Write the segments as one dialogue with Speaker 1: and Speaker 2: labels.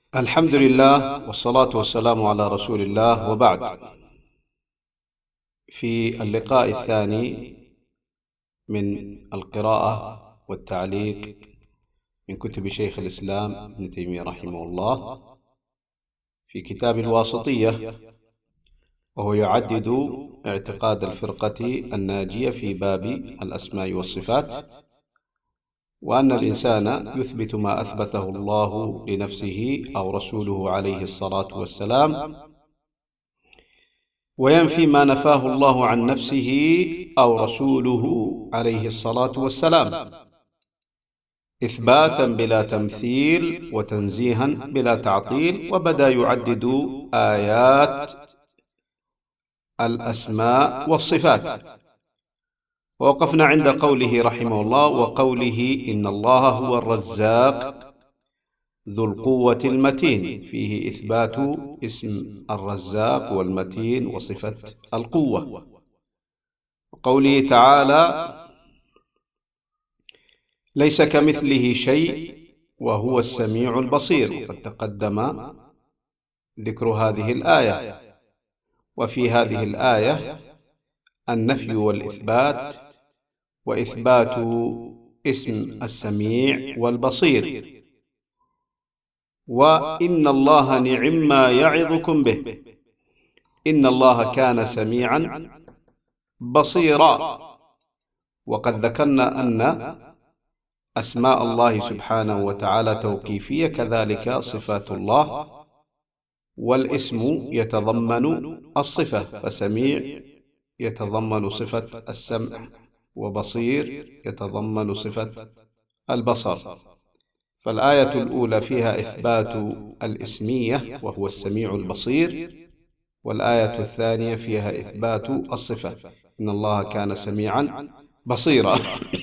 Speaker 1: الحمد لله والصلاة والسلام على رسول الله، وبعد. في اللقاء الثاني من القراءة والتعليق من كتب شيخ الإسلام ابن تيمية رحمه الله في كتاب الواسطية، وهو يعدد اعتقاد الفرقة الناجية في باب الأسماء والصفات، وأن الإنسان يثبت ما أثبته الله لنفسه أو رسوله عليه الصلاة والسلام، وينفي ما نفاه الله عن نفسه أو رسوله عليه الصلاة والسلام، إثباتا بلا تمثيل وتنزيها بلا تعطيل. وبدأ يعدد آيات الأسماء والصفات، ووقفنا عند قوله رحمه الله: وقوله إن الله هو الرزاق ذو القوة المتين، فيه إثبات اسم الرزاق والمتين وصفة القوة. وقوله تعالى: ليس كمثله شيء وهو السميع البصير، وقد تقدم ذكر هذه الآية. وفي هذه الآية النفي والإثبات، وإثبات اسم السميع والبصير. وإن الله نعم ما يعظكم به، إن الله كان سميعا بصيرا. وقد ذكرنا أن أسماء الله سبحانه وتعالى توقيفية، كذلك صفات الله، والاسم يتضمن الصفة، فسميع يتضمن صفة السمع، وبصير يتضمن صفة البصر. فالآية الأولى فيها إثبات الإسمية وهو السميع البصير، والآية الثانية فيها إثبات الصفة، إن الله كان سميعا بصيرا.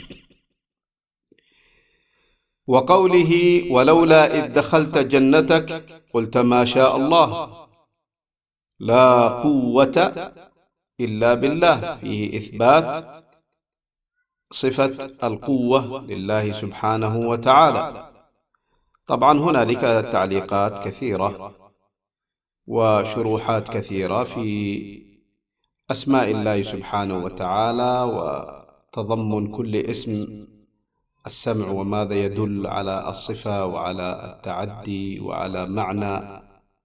Speaker 1: وقوله: ولولا إذ دخلت جنتك قلت ما شاء الله لا قوة إلا بالله، فيه إثبات صفة القوة لله سبحانه وتعالى. طبعا هنالك تعليقات كثيرة وشروحات كثيرة في أسماء الله سبحانه وتعالى، وتضمن كل اسم السمع وماذا يدل على الصفة وعلى التعدي وعلى معنى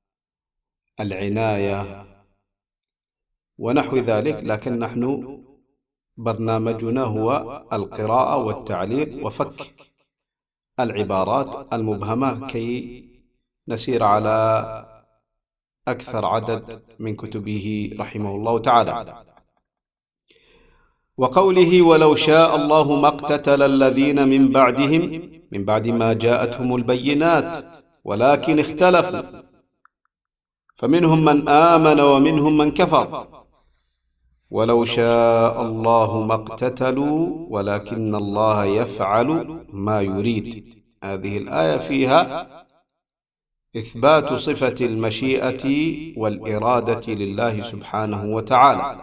Speaker 1: العناية ونحو ذلك. لكن نحن برنامجنا هو القراءة والتعليق وفك العبارات المبهمة كي نسير على أكثر عدد من كتبه رحمه الله تعالى. وقوله: ولو شاء الله ما اقتتل الذين من بعدهم من بعد ما جاءتهم البينات ولكن اختلفوا فمنهم من آمن ومنهم من كفر ولو شاء الله ما اقتتلوا ولكن الله يفعل ما يريد. هذه الآية فيها إثبات صفة المشيئة والإرادة لله سبحانه وتعالى.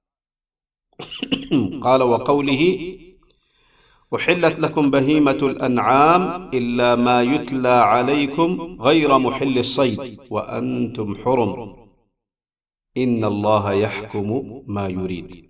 Speaker 1: قال: وقوله: أحلت لكم بهيمة الأنعام إلا ما يتلى عليكم غير محل الصيد وأنتم حرم إن الله يحكم ما يريد.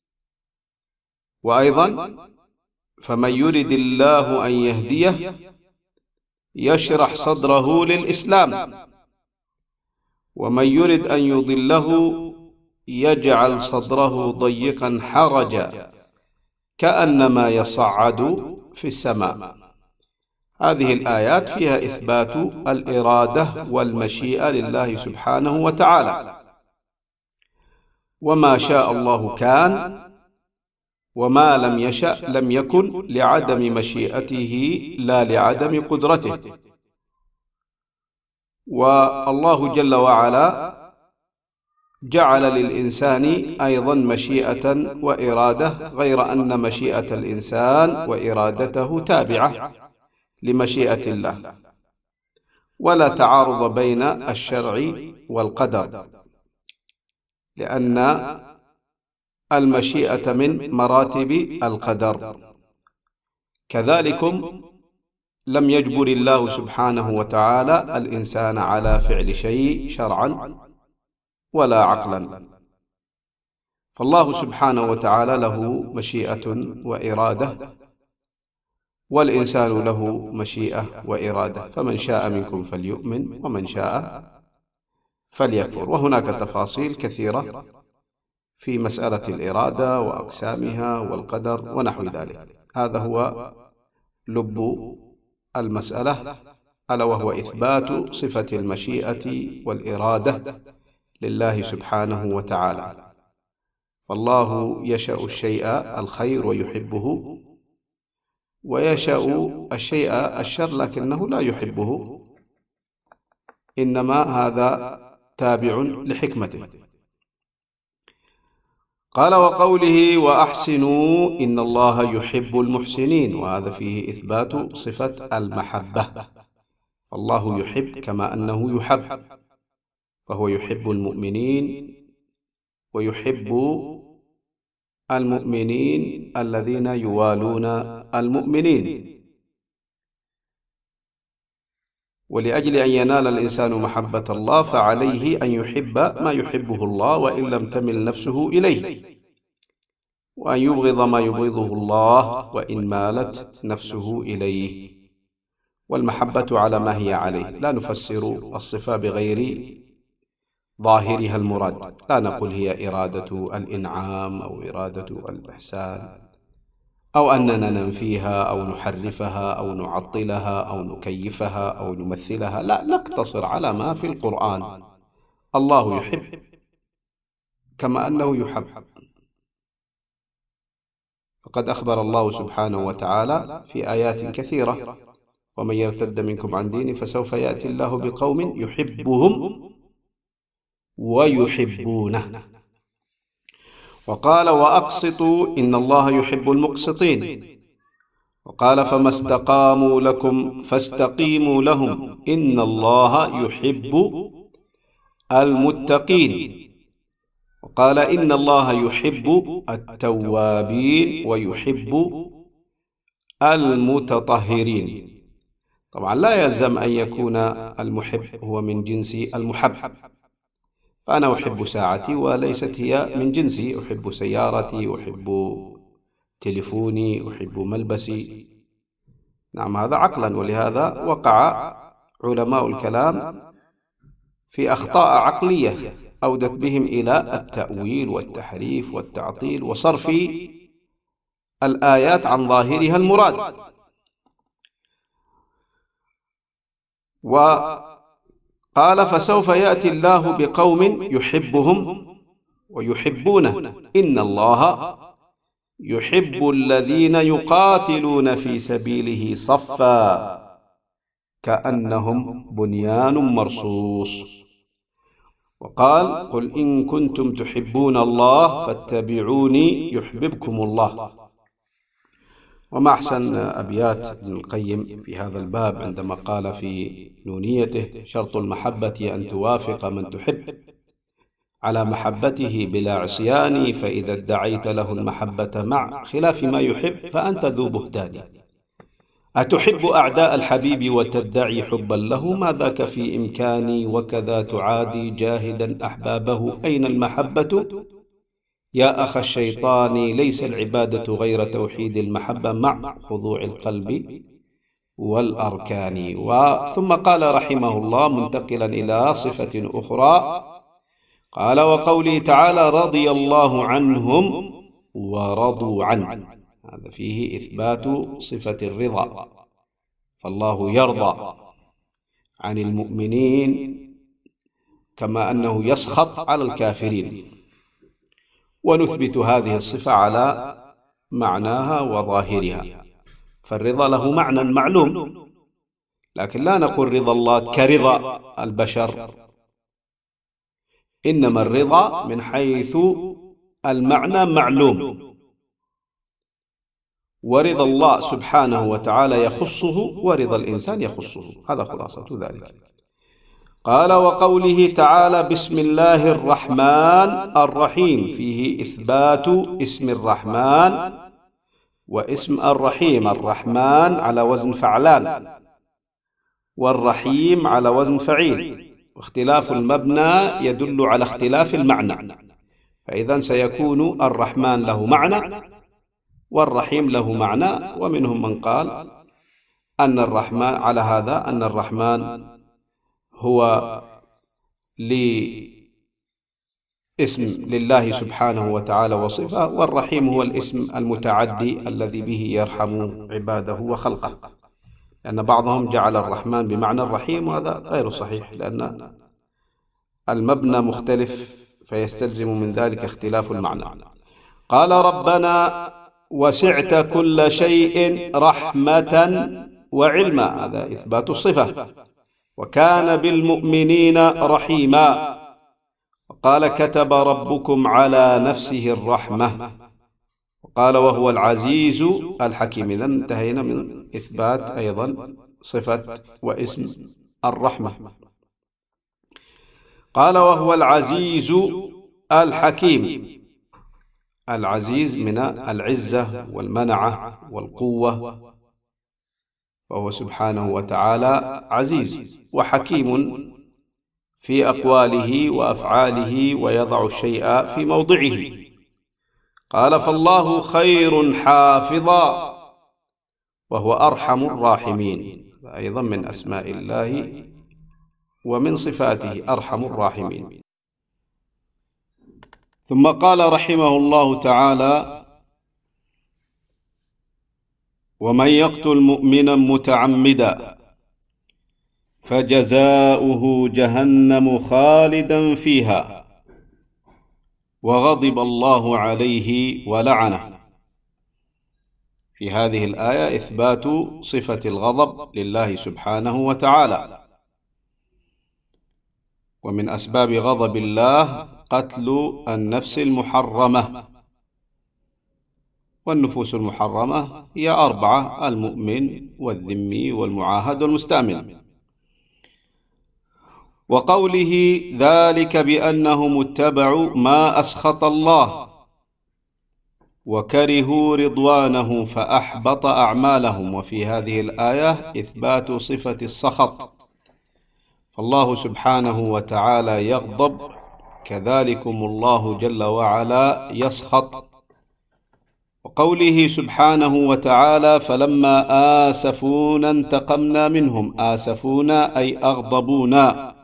Speaker 1: وأيضا: فمن يرد الله أن يهديه يشرح صدره للإسلام ومن يرد أن يضله يجعل صدره ضيقا حرجا كأنما يصعد في السماء. هذه الآيات فيها إثبات الإرادة والمشيئة لله سبحانه وتعالى. وما شاء الله كان، وما لم يشأ لم يكن، لعدم مشيئته لا لعدم قدرته. والله جل وعلا جعل للإنسان أيضا مشيئة وإرادة، غير أن مشيئة الإنسان وإرادته تابعة لمشيئة الله، ولا تعارض بين الشرع والقدر، لأن المشيئة من مراتب القدر. كذلكم لم يجبر الله سبحانه وتعالى الإنسان على فعل شيء شرعا ولا عقلا، فالله سبحانه وتعالى له مشيئة وإرادة، والإنسان له مشيئة وإرادة، فمن شاء منكم فليؤمن ومن شاء فليكفر. وهناك تفاصيل كثيرة في مسألة الإرادة وأقسامها والقدر ونحو ذلك. هذا هو لب المسألة، ألا وهو إثبات صفة المشيئة والإرادة لله سبحانه وتعالى. فالله يشاء الشيء الخير ويحبه، ويشاء الشيء الشر لكنه لا يحبه، إنما هذا تابع لحكمته. قال: وقوله وأحسنوا إن الله يحب المحسنين، وهذا فيه إثبات صفة المحبة، فالله يحب كما أنه يحب، فهو يحب المؤمنين ويحب المؤمنين الذين يوالون المؤمنين. ولأجل أن ينال الإنسان محبة الله فعليه أن يحب ما يحبه الله وإن لم تمل نفسه إليه، وأن يبغض ما يبغضه الله وإن مالت نفسه إليه. والمحبة على ما هي عليه، لا نفسر الصفة بغير ظاهرها المراد، لا نقول هي إرادة الإنعام أو إرادة الإحسان، أو أننا ننفيها أو نحرفها أو نعطلها أو نكيفها أو نمثلها، لا، نقتصر على ما في القرآن. الله يحب كما أنه يحب، فقد أخبر الله سبحانه وتعالى في آيات كثيرة: ومن يرتد منكم عن دينه فسوف يأتي الله بقوم يحبهم ويحبونه. وقال: وأقسطوا إن الله يحب المقسطين. وقال: فما استقاموا لكم فاستقيموا لهم إن الله يحب المتقين. وقال: إن الله يحب التوابين ويحب المتطهرين. طبعا لا يلزم أن يكون المحب هو من جنس المحب، فأنا أحب ساعتي وليست هي من جنسي، أحب سيارتي، أحب تليفوني، أحب ملبسي. نعم، هذا عقلا. ولهذا وقع علماء الكلام في أخطاء عقلية أودت بهم إلى التأويل والتحريف والتعطيل وصرف الآيات عن ظاهرها المراد. وقال: فسوف يأتي الله بقوم يحبهم ويحبونه إن الله يحب الذين يقاتلون في سبيله صفا كأنهم بنيان مرصوص. وقال: قل إن كنتم تحبون الله فاتبعوني يحببكم الله. وما أحسن أبيات ابن القيم في هذا الباب عندما قال في نونيته: شرط المحبة أن توافق من تحب على محبته بلا عصيان، فإذا ادعيت له المحبة مع خلاف ما يحب فأنت ذو بهتان. أتحب أعداء الحبيب وتدعي حبا له، ما ذاك في إمكاني، وكذا تعادي جاهدا أحبابه. أين المحبة يا أخ الشيطان؟ ليس العبادة غير توحيد المحبة مع خضوع القلب والأركان. ثم قال رحمه الله منتقلا إلى صفة أخرى، قال: وقوله تعالى: رضي الله عنهم ورضوا عنه. هذا فيه إثبات صفة الرضا، فالله يرضى عن المؤمنين كما أنه يسخط على الكافرين، ونثبت هذه الصفة على معناها وظاهرها. فالرضا له معنى معلوم، لكن لا نقول رضا الله كرضا البشر، إنما الرضا من حيث المعنى معلوم، ورضا الله سبحانه وتعالى يخصه ورضا الإنسان يخصه. هذا خلاصة ذلك. قال: وقوله تعالى: بسم الله الرحمن الرحيم، فيه إثبات اسم الرحمن واسم الرحيم. الرحمن على وزن فعلان، والرحيم على وزن فعيل، واختلاف المبنى يدل على اختلاف المعنى، فإذا سيكون الرحمن له معنى والرحيم له معنى. ومنهم من قال أن الرحمن على هذا أن الرحمن هو اسم لله سبحانه وتعالى وصفة، والرحيم هو الاسم المتعدي الذي به يرحم عباده وخلقه، لأن بعضهم جعل الرحمن بمعنى الرحيم، وهذا غير صحيح، لأن المبنى مختلف فيستلزم من ذلك اختلاف المعنى. قال ربنا وسعت كل شيء رحمة وعلما، هذا إثبات الصفة. وكان بالمؤمنين رحيما. وقال كتب ربكم على نفسه الرحمة. وقال وهو العزيز الحكيم. إذن انتهينا من إثبات أيضا صفة واسم الرحمة. قال وهو العزيز الحكيم. العزيز من العزة والمنعة والقوة، فهو سبحانه وتعالى عزيز، وحكيم في أقواله وأفعاله، ويضع الشيء في موضعه. قال فالله خير حافظا وهو أرحم الراحمين، أيضا من أسماء الله ومن صفاته أرحم الراحمين. ثم قال رحمه الله تعالى ومن يقتل مؤمنا متعمدا فجزاؤه جهنم خالدا فيها وغضب الله عليه ولعنه. في هذه الآية إثبات صفة الغضب لله سبحانه وتعالى. ومن أسباب غضب الله قتل النفس المحرمة، والنفوس المحرمة هي 4: المؤمن والذمي والمعاهد والمستأمن. وقوله ذلك بأنهم اتبعوا ما أسخط الله وكرهوا رضوانه فأحبط أعمالهم. وفي هذه الآية إثبات صفة السخط، فالله سبحانه وتعالى يغضب، كذلكم الله جل وعلا يسخط. وقوله سبحانه وتعالى فلما آسفونا انتقمنا منهم. آسفونا أي أغضبونا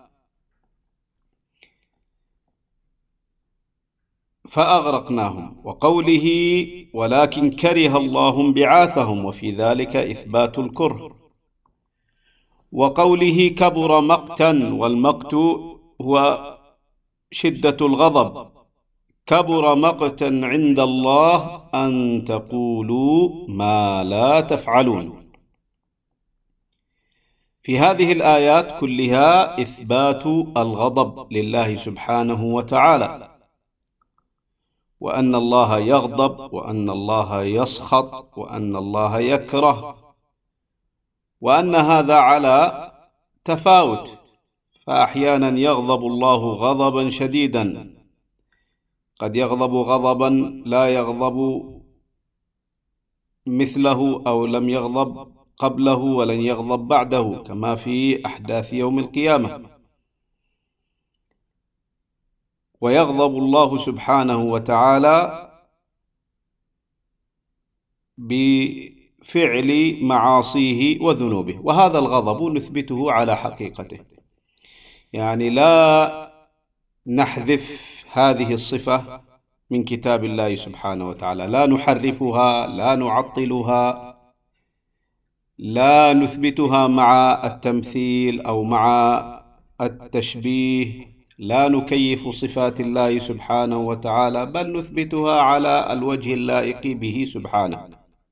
Speaker 1: فأغرقناهم. وقوله ولكن كره الله انبعاثهم، وفي ذلك إثبات الكره. وقوله كبر مقتا، والمقت هو شدة الغضب. كبر مقتا عند الله أن تقولوا ما لا تفعلون. في هذه الآيات كلها إثبات الغضب لله سبحانه وتعالى، وأن الله يغضب، وأن الله يسخط، وأن الله يكره، وأن هذا على تفاوت، فأحيانا يغضب الله غضبا شديدا، قد يغضب غضبا لا يغضب مثله أو لم يغضب قبله ولن يغضب بعده، كما في أحداث يوم القيامة. ويغضب الله سبحانه وتعالى بفعل معاصيه وذنوبه، وهذا الغضب نثبته على حقيقته، يعني لا نحذف هذه الصفة من كتاب الله سبحانه وتعالى، لا نحرفها، لا نعطلها، لا نثبتها مع التمثيل أو مع التشبيه، لا نكيف صفات الله سبحانه وتعالى، بل نثبتها على الوجه اللائق به سبحانه،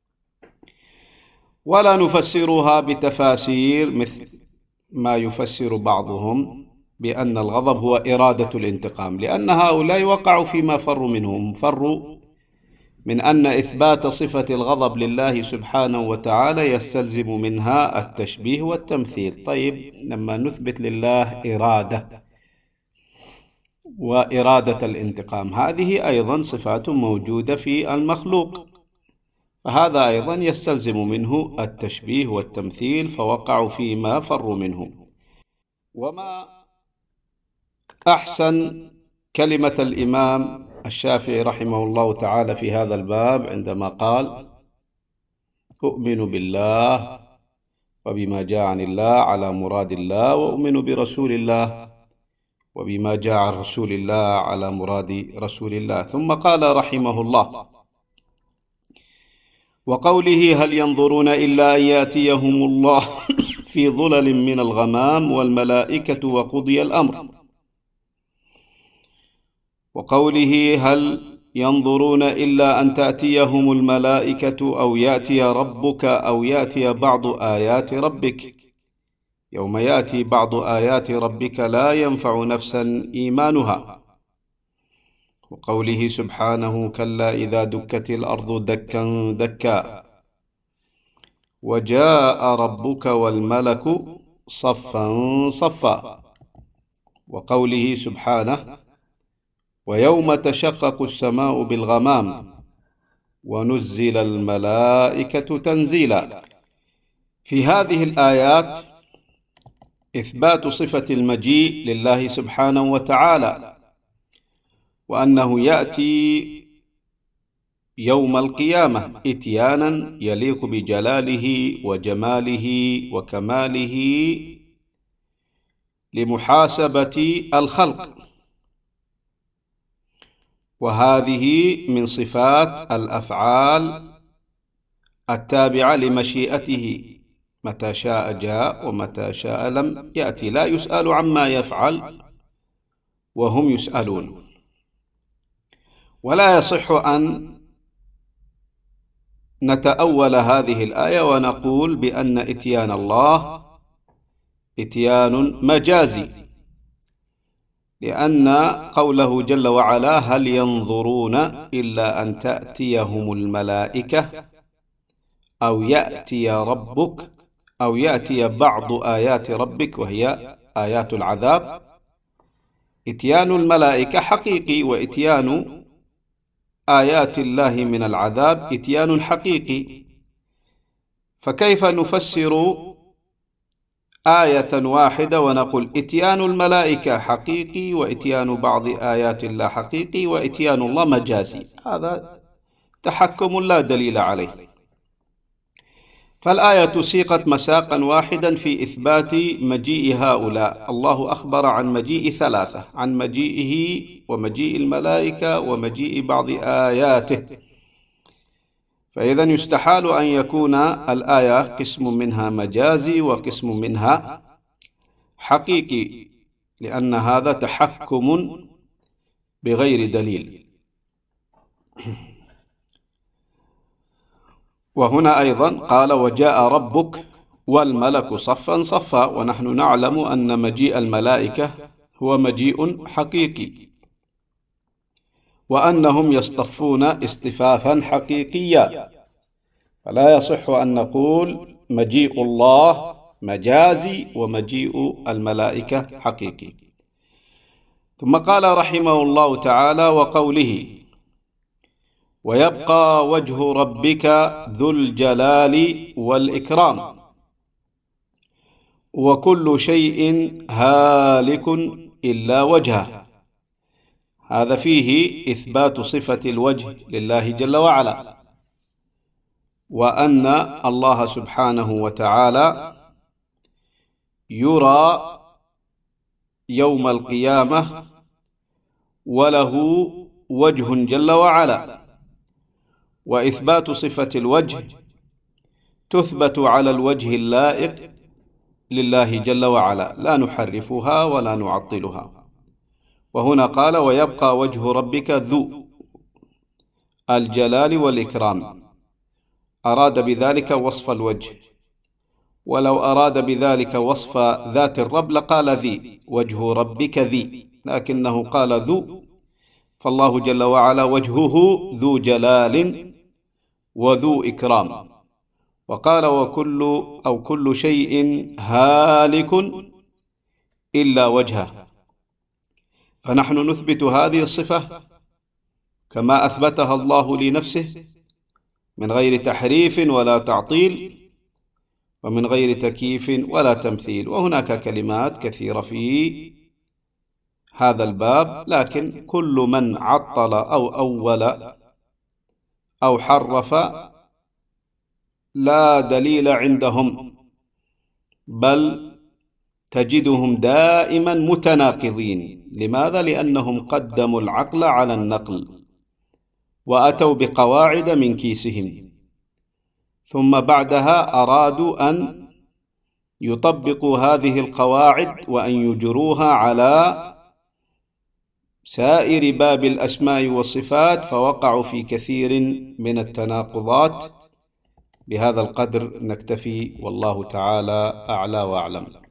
Speaker 1: ولا نفسرها بتفاسير مثل ما يفسر بعضهم بأن الغضب هو إرادة الانتقام، لأن هؤلاء وقعوا فيما فروا منهم، فروا من أن إثبات صفة الغضب لله سبحانه وتعالى يستلزم منها التشبيه والتمثيل. طيب، لما نثبت لله إرادة وإرادة الانتقام، هذه أيضا صفات موجودة في المخلوق، فهذا أيضا يستلزم منه التشبيه والتمثيل، فوقعوا فيما فروا منه. وما أحسن كلمة الإمام الشافعي رحمه الله تعالى في هذا الباب عندما قال: أؤمن بالله وبما جاء عن الله على مراد الله، وأؤمن برسول الله وبما جاء عن رسول الله على مراد رسول الله. ثم قال رحمه الله: وقوله: هل ينظرون إلا أن يأتيهم الله في ظلل من الغمام والملائكة وقضي الأمر. وقوله: هل ينظرون إلا أن تأتيهم الملائكة أو يأتي ربك أو يأتي بعض آيات ربك، يوم يأتي بعض آيات ربك لا ينفع نفسا إيمانها. وقوله سبحانه: كلا إذا دكت الأرض دكا دكا وجاء ربك والملك صفا صفا. وقوله سبحانه: ويوم تشقق السماء بالغمام ونزل الملائكة تنزيلا. في هذه الآيات إثبات صفة المجيء لله سبحانه وتعالى، وأنه يأتي يوم القيامة إتيانا يليق بجلاله وجماله وكماله لمحاسبة الخلق. وهذه من صفات الأفعال التابعة لمشيئته، متى شاء جاء ومتى شاء لم يأتي، لا يسأل عما يفعل وهم يسألون. ولا يصح أن نتأول هذه الآية ونقول بأن إتيان الله إتيان مجازي، لأن قوله جل وعلا: هل ينظرون إلا أن تأتيهم الملائكة أو يأتي ربك أو يأتي بعض آيات ربك، وهي آيات العذاب. إتيان الملائكة حقيقي، وإتيان آيات الله من العذاب إتيان حقيقي. فكيف نفسر آية واحدة ونقول إتيان الملائكة حقيقي وإتيان بعض آيات الله حقيقي وإتيان الله مجازي؟ هذا تحكم لا دليل عليه. فالآية سيقت مساقا واحدا في إثبات مجيء هؤلاء. الله أخبر عن مجيء ثلاثة: عن مجيئه ومجيء الملائكة ومجيء بعض آياته. فإذا يستحال أن يكون الآية قسم منها مجازي وقسم منها حقيقي، لأن هذا تحكم بغير دليل. وهنا أيضا قال: وجاء ربك والملك صفا صفا. ونحن نعلم أن مجيء الملائكة هو مجيء حقيقي، وأنهم يصطفون اصطفافا حقيقيا، فلا يصح أن نقول مجيء الله مجازي ومجيء الملائكة حقيقي. ثم قال رحمه الله تعالى: وقوله: ويبقى وجه ربك ذو الجلال والإكرام وكل شيء هالك إلا وجهه. هذا فيه إثبات صفة الوجه لله جل وعلا، وأن الله سبحانه وتعالى يرى يوم القيامة وله وجه جل وعلا. وإثبات صفة الوجه تثبت على الوجه اللائق لله جل وعلا، لا نحرفها ولا نعطلها. وهنا قال: ويبقى وجه ربك ذو الجلال والإكرام. أراد بذلك وصف الوجه، ولو أراد بذلك وصف ذات الرب لقال ذي، وجه ربك ذي، لكنه قال ذو، فالله جل وعلا وجهه ذو جلال وذو إكرام. وقال: كل شيء هالك إلا وجهه. فنحن نثبت هذه الصفة كما أثبتها الله لنفسه، من غير تحريف ولا تعطيل، ومن غير تكييف ولا تمثيل. وهناك كلمات كثيرة في هذا الباب، لكن كل من عطل أو أول أو حرف لا دليل عندهم، بل تجدهم دائما متناقضين. لماذا؟ لأنهم قدموا العقل على النقل، وأتوا بقواعد من كيسهم، ثم بعدها أرادوا أن يطبقوا هذه القواعد وأن يجروها على سائر باب الأسماء والصفات، فوقعوا في كثير من التناقضات. بهذا القدر نكتفي، والله تعالى أعلى وأعلم.